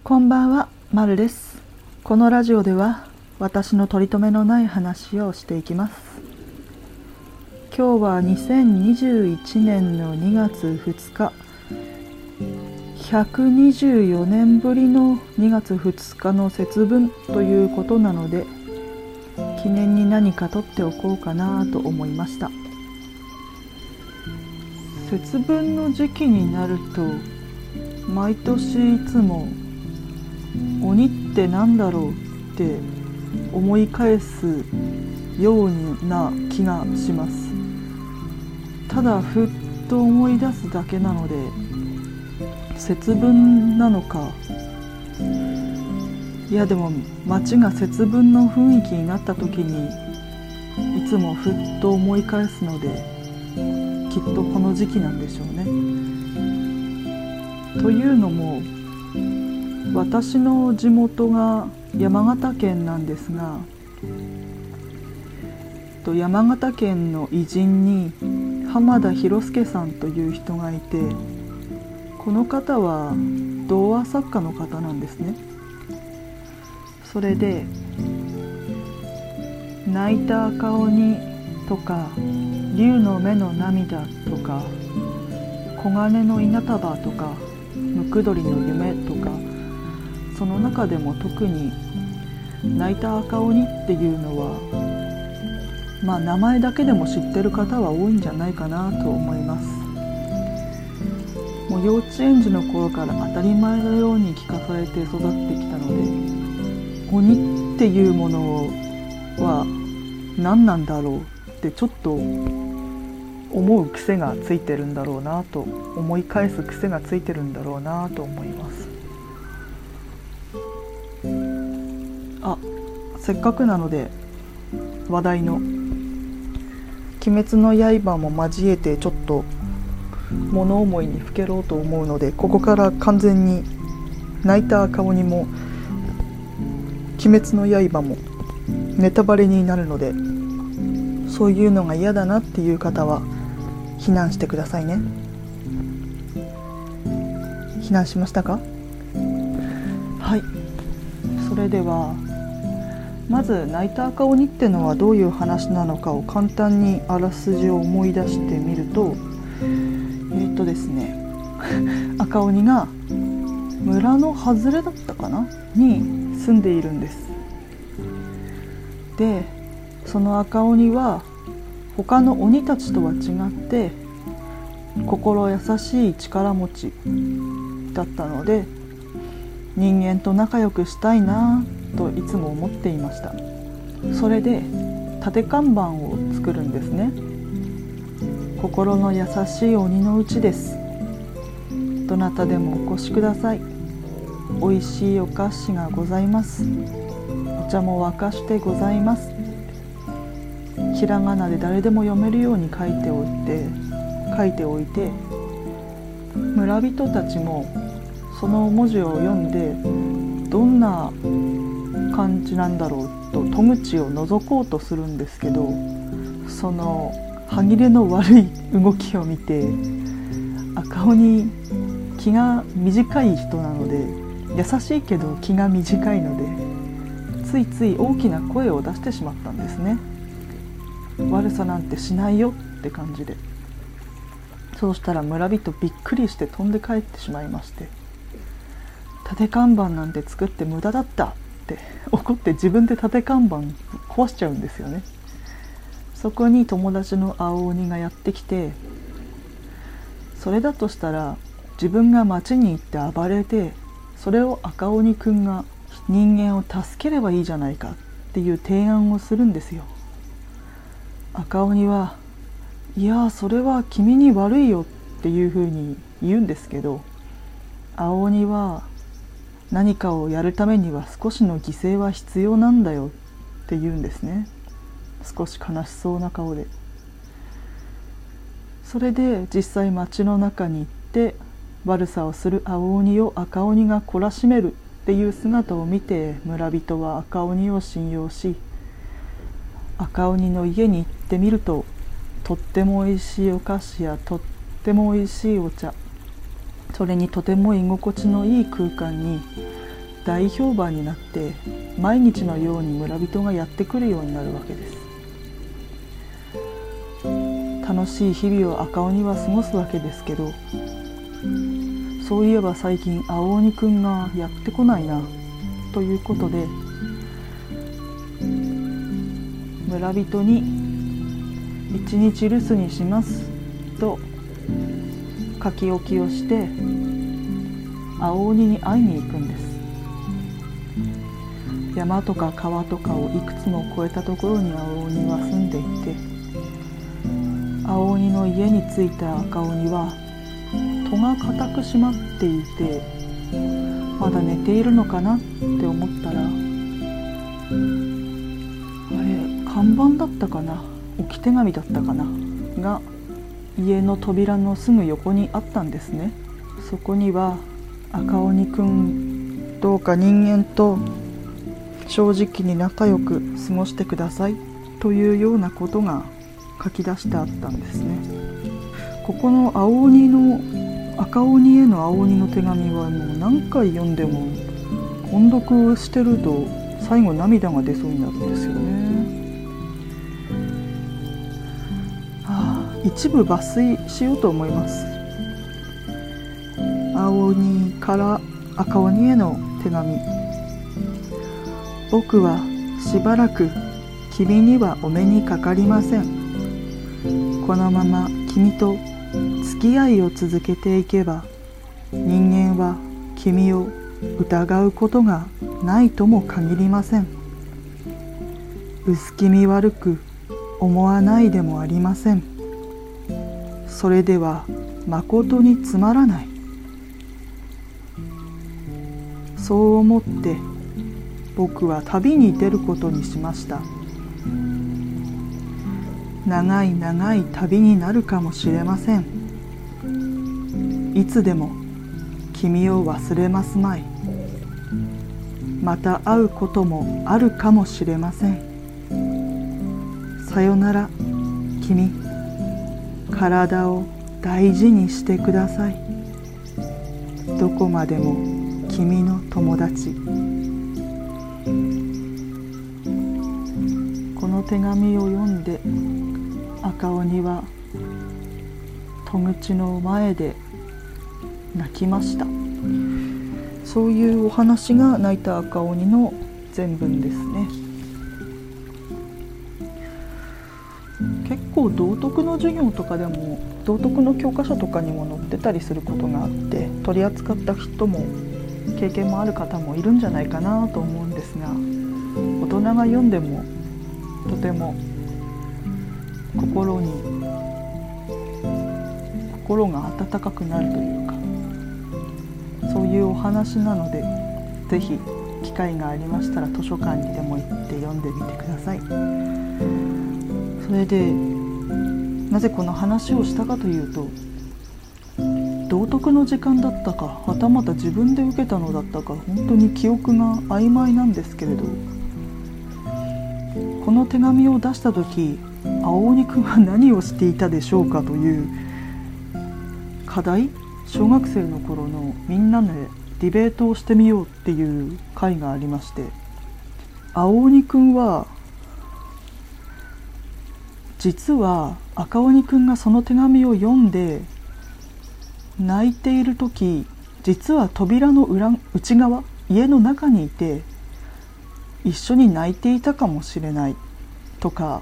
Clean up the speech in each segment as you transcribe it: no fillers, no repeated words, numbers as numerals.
こんばんは、まるです。このラジオでは私の取り留めのない話をしていきます。今日は2021年の2月2日、124年ぶりの2月2日の節分ということなので、記念に何か撮っておこうかなと思いました。節分の時期になると毎年いつも鬼ってなんだろうって思い返すような気がします。ただふっと思い出すだけなので、節分なのか、いやでも街が節分の雰囲気になった時にいつもふっと思い返すので、きっとこの時期なんでしょうね。というのも、私の地元が山形県なんですが、山形県の偉人に浜田博介さんという人がいて、この方は童話作家の方なんですね。それで泣いた赤鬼とか竜の目の涙とか黄金の稲束とかムクドリの夢とか、その中でも特に泣いた赤鬼っていうのは、名前だけでも知ってる方は多いんじゃないかなと思います。もう幼稚園児の頃から当たり前のように聞かされて育ってきたので、鬼っていうものは何なんだろうってちょっと思う癖がついてるんだろうなと、思い返す癖がついてるんだろうなと思います。せっかくなので話題の鬼滅の刃も交えてちょっと物思いにふけろうと思うので、ここから完全に泣いた赤鬼も鬼滅の刃もネタバレになるので、そういうのが嫌だなっていう方は避難してくださいね。避難しましたか？はい。それではまず泣いた赤鬼ってのはどういう話なのかを簡単にあらすじを思い出してみると、ですね赤鬼が村の外れだったかなに住んでいるんです。で、その赤鬼は他の鬼たちとは違って心優しい力持ちだったので、人間と仲良くしたいなといつも思っていました。それで立て看板を作るんですね。心の優しい鬼のうちです。どなたでもお越しください。おいしいお菓子がございます。お茶も沸かしてございます。ひらがなで誰でも読めるように書いておいて、村人たちもその文字を読んでどんな感じなんだろうと戸口を覗こうとするんですけど、その歯切れの悪い動きを見て、赤鬼気が短い人なので、優しいけど気が短いので、ついつい大きな声を出してしまったんですね。悪さなんてしないよって感じで。そうしたら村人びっくりして飛んで帰ってしまいまして、立て看板なんて作って無駄だったって怒って自分で立て看板壊しちゃうんですよね。そこに友達の青鬼がやってきて、それだとしたら自分が町に行って暴れて、それを赤鬼くんが人間を助ければいいじゃないかっていう提案をするんですよ。赤鬼は、いやそれは君に悪いよっていうふうに言うんですけど、青鬼は何かをやるためには少しの犠牲は必要なんだよって言うんですね。少し悲しそうな顔で。それで実際町の中に行って悪さをする青鬼を赤鬼が懲らしめるっていう姿を見て、村人は赤鬼を信用し、赤鬼の家に行ってみると、とってもおいしいお菓子やとってもおいしいお茶、それにとても居心地のいい空間に大評判になって毎日のように村人がやってくるようになるわけです。楽しい日々を赤鬼は過ごすわけですけど、そういえば最近青鬼くんがやってこないなということで、村人に一日留守にしますと書き置きをして青鬼に会いに行くんです。山とか川とかをいくつも越えたところに青鬼は住んでいて、青鬼の家に着いた赤鬼は戸が固く閉まっていて、まだ寝ているのかなって思ったら、あれ看板だったかな、置き手紙だったかなが家の扉のすぐ横にあったんですね。そこには赤鬼くんどうか人間と正直に仲良く過ごしてくださいというようなことが書き出してあったんですね。ここの赤鬼への青鬼の手紙はもう何回読んでも音読してると最後涙が出そうになるんですよね。一部抜粋しようと思います。青鬼から赤鬼への手紙。僕はしばらく君にはお目にかかりません。このまま君と付き合いを続けていけば、人間は君を疑うことがないとも限りません。薄気味悪く思わないでもありません。それではまことにつまらない。そう思って僕は旅に出ることにしました。長い長い旅になるかもしれません。いつでも君を忘れますまい。また会うこともあるかもしれません。さよなら、君。体を大事にしてください。どこまでも君の友達。この手紙を読んで赤鬼は戸口の前で泣きました。そういうお話が泣いた赤鬼の全文ですね。結構道徳の授業とかでも道徳の教科書とかにも載ってたりすることがあって、取り扱った人も経験もある方もいるんじゃないかなと思うんですが、大人が読んでもとても心が温かくなるというか、そういうお話なので、ぜひ機会がありましたら図書館にでも行って読んでみてください。それでなぜこの話をしたかというと、道徳の時間だったか、はたまた自分で受けたのだったか、本当に記憶が曖昧なんですけれど、この手紙を出した時、青鬼くんは何をしていたでしょうかという課題、小学生の頃のみんなでディベートをしてみようっていう会がありまして、青鬼くんは実は赤鬼くんがその手紙を読んで泣いている時、実は扉の内側、家の中にいて一緒に泣いていたかもしれないとか、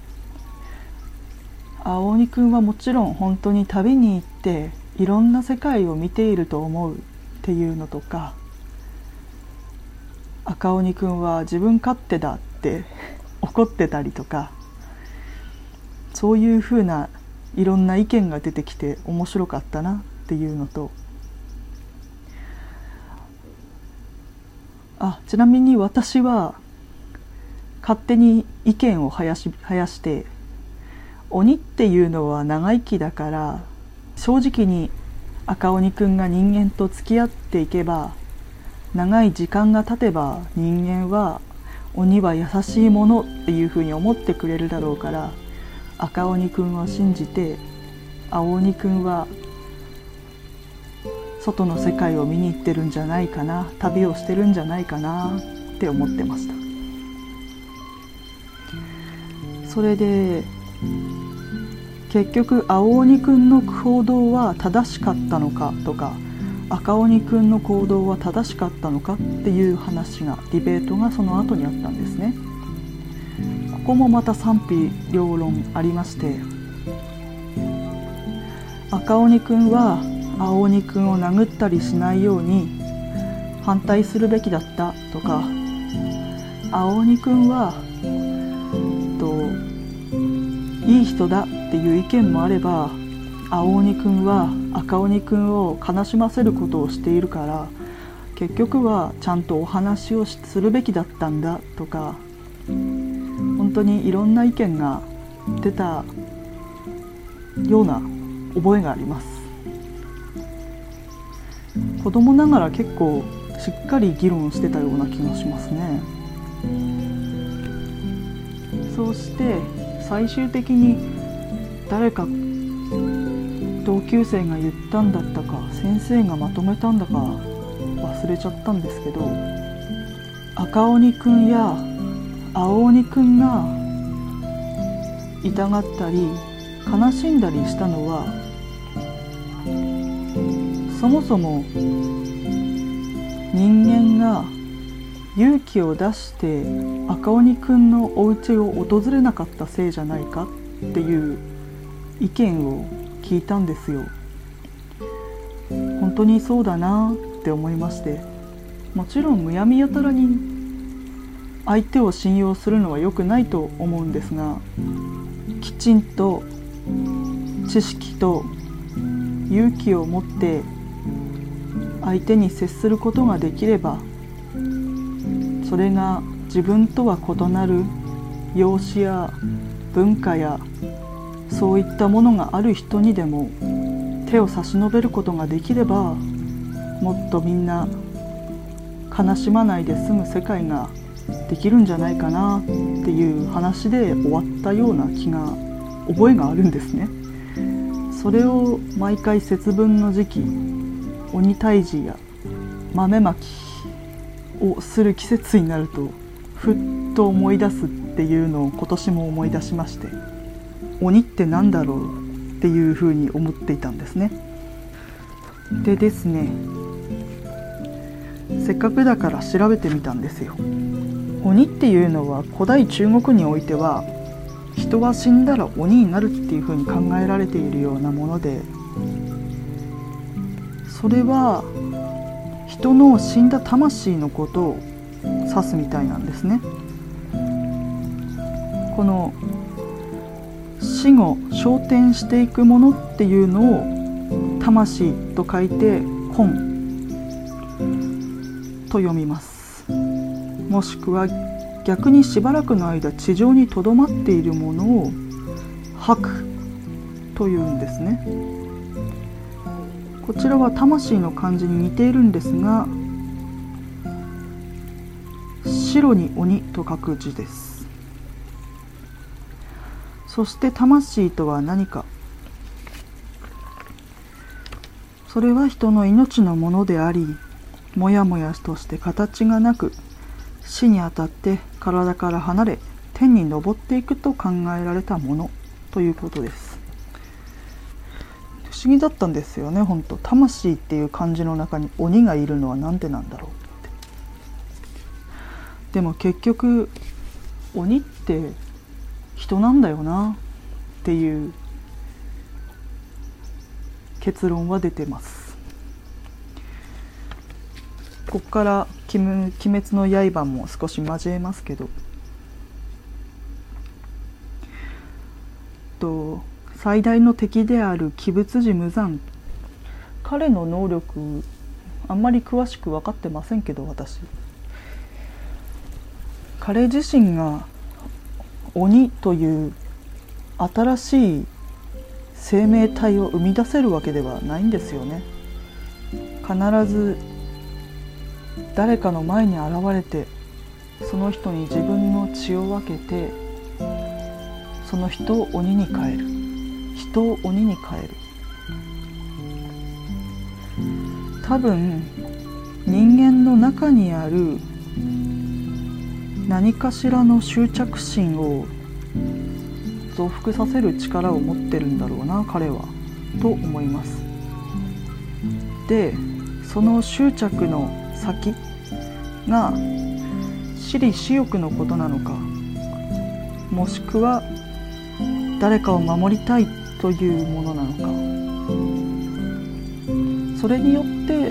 青鬼くんはもちろん本当に旅に行っていろんな世界を見ていると思うっていうのとか、赤鬼くんは自分勝手だって怒ってたりとか、そういうふうないろんな意見が出てきて面白かったなっていうのと、ちなみに私は勝手に意見を生やして、鬼っていうのは長生きだから、正直に赤鬼くんが人間と付き合っていけば、長い時間が経てば人間は鬼は優しいものっていうふうに思ってくれるだろうから、赤鬼くんを信じて、青鬼くんは外の世界を見に行ってるんじゃないかな、旅をしてるんじゃないかなって思ってました。それで結局青鬼くんの行動は正しかったのかとか、赤鬼くんの行動は正しかったのかっていう話が、ディベートがその後にあったんですね。ここもまた賛否両論ありまして、赤鬼くんは青鬼くんを殴ったりしないように反対するべきだったとか、青鬼くんはいい人だっていう意見もあれば、青鬼くんは赤鬼くんを悲しませることをしているから結局はちゃんとお話をするべきだったんだとか、本当にいろんな意見が出たような覚えがあります。子供ながら結構しっかり議論してたような気がしますね。そうして最終的に誰か同級生が言ったんだったか、先生がまとめたんだか忘れちゃったんですけど、赤鬼くんや青鬼くんが痛がったり悲しんだりしたのは、そもそも人間が勇気を出して赤鬼くんのお家を訪れなかったせいじゃないかっていう意見を聞いたんですよ。本当にそうだなって思いまして、もちろんむやみやたらに相手を信用するのは良くないと思うんですが、きちんと知識と勇気を持って相手に接することができれば、それが自分とは異なる容姿や文化やそういったものがある人にでも手を差し伸べることができれば、もっとみんな悲しまないで済む世界ができるんじゃないかなっていう話で終わったような覚えがあるんですね。それを毎回節分の時期、鬼退治や豆まきをする季節になるとふっと思い出すっていうのを今年も思い出しまして、鬼って何だろうっていうふうに思っていたんですね。でですね、せっかくだから調べてみたんですよ。鬼っていうのは古代中国においては人は死んだら鬼になるっていうふうに考えられているようなもので、それは人の死んだ魂のことを指すみたいなんですね。この死後昇天していくものっていうのを魂と書いて魂と読みます。もしくは逆にしばらくの間地上にとどまっているものを魄というんですね。こちらは魂の漢字に似ているんですが、白に鬼と書く字です。そして魂とは何か。それは人の命のものであり、もやもやとして形がなく、死にあたって体から離れ天に昇っていくと考えられたものということです。不思議だったんですよね。本当、魂っていう漢字の中に鬼がいるのはなんでなんだろうって。でも結局鬼って人なんだよなっていう結論は出てます。ここから鬼滅の刃も少し交えますけど、最大の敵である鬼舞寺無惨、彼の能力あんまり詳しく分かってませんけど、彼自身が鬼という新しい生命体を生み出せるわけではないんですよね。必ず誰かの前に現れて、その人に自分の血を分けて、その人を鬼に変える、人を鬼に変える。 多分人間の中にある何かしらの執着心を増幅させる力を持ってるんだろうな彼はと思います。でその執着の先が私利私欲のことなのか、もしくは誰かを守りたいというものなのか、それによって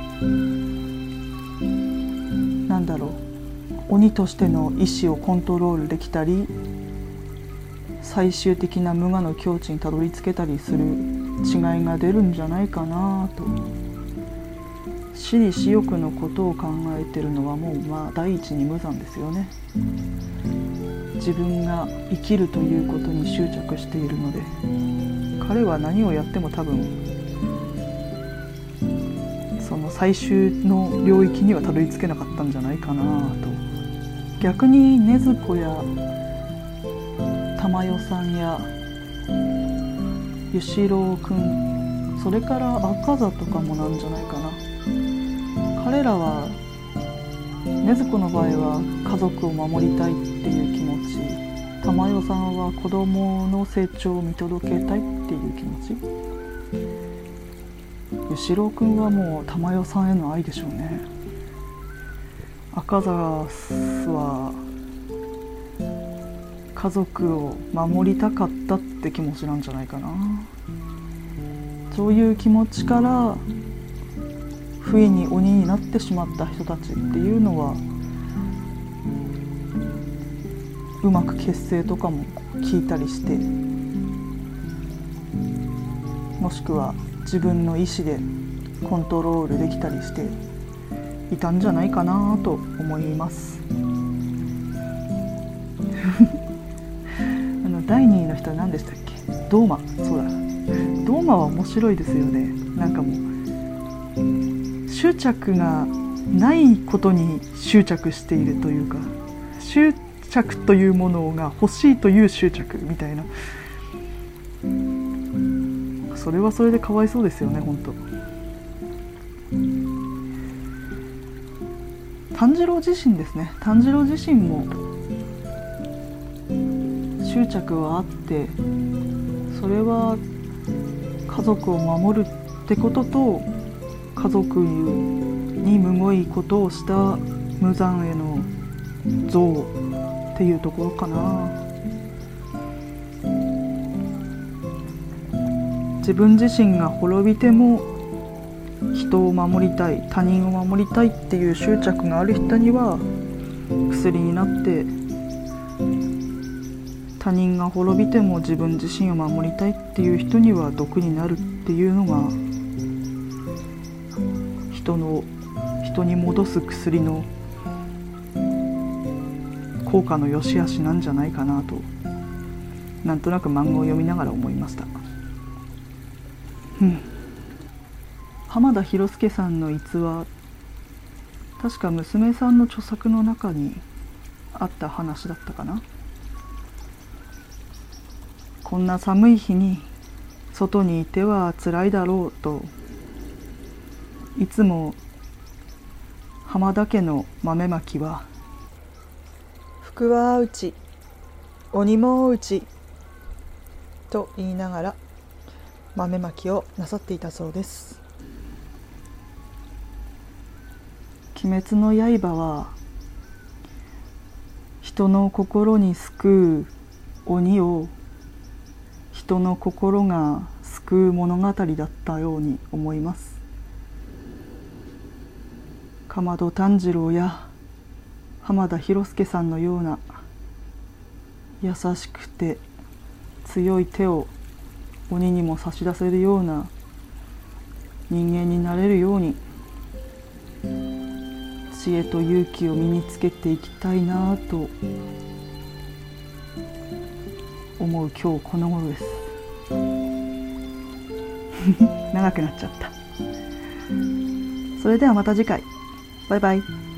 なんだろう、鬼としての意志をコントロールできたり、最終的な無我の境地にたどり着けたりする違いが出るんじゃないかなと。私利私欲のことを考えてるのはもう第一に無残ですよね。自分が生きるということに執着しているので、彼は何をやっても多分その最終の領域にはたどり着けなかったんじゃないかなと。逆に禰豆子や珠代さんや与四郎くん、それから赤座とかもなんじゃないかな。彼らは禰豆子の場合は家族を守りたいっていう気持ち、珠代さんは子供の成長を見届けたいっていう気持ち、与四郎くんはもう珠代さんへの愛でしょうね。赤座は家族を守りたかったって気持ちなんじゃないかな。そういう気持ちから不意に鬼になってしまった人たちっていうのはうまく結成とかも聞いたりして、もしくは自分の意思でコントロールできたりしていたんじゃないかなと思います第2位の人は何でしたっけ、ドーマ。そうだ、ドーマは面白いですよね。なんかもう執着がないことに執着しているというか、執着というものが欲しいという執着みたいな、それはそれでかわいそうですよね本当。炭治郎自身ですね。炭治郎自身も執着はあって、それは家族を守るってことと家族にむごいことをした無惨への憎っていうところかな。自分自身が滅びても人を守りたい、他人を守りたいっていう執着がある人には薬になって、他人が滅びても自分自身を守りたいっていう人には毒になるっていうのが人に戻す薬の効果の良し悪しなんじゃないかなと、なんとなく漫画を読みながら思いました。浜田宏介さんの逸話、確か娘さんの著作の中にあった話だったかな。こんな寒い日に外にいては辛いだろうと、いつも浜田家の豆まきは福は内鬼も内と言いながら豆まきをなさっていたそうです。鬼滅の刃は人の心に救う鬼を人の心が救う物語だったように思います。竈門炭治郎や浜田宏介さんのような優しくて強い手を鬼にも差し出せるような人間になれるように、知恵と勇気を身につけていきたいなと思う今日この頃です長くなっちゃった。それではまた次回。バイバイ。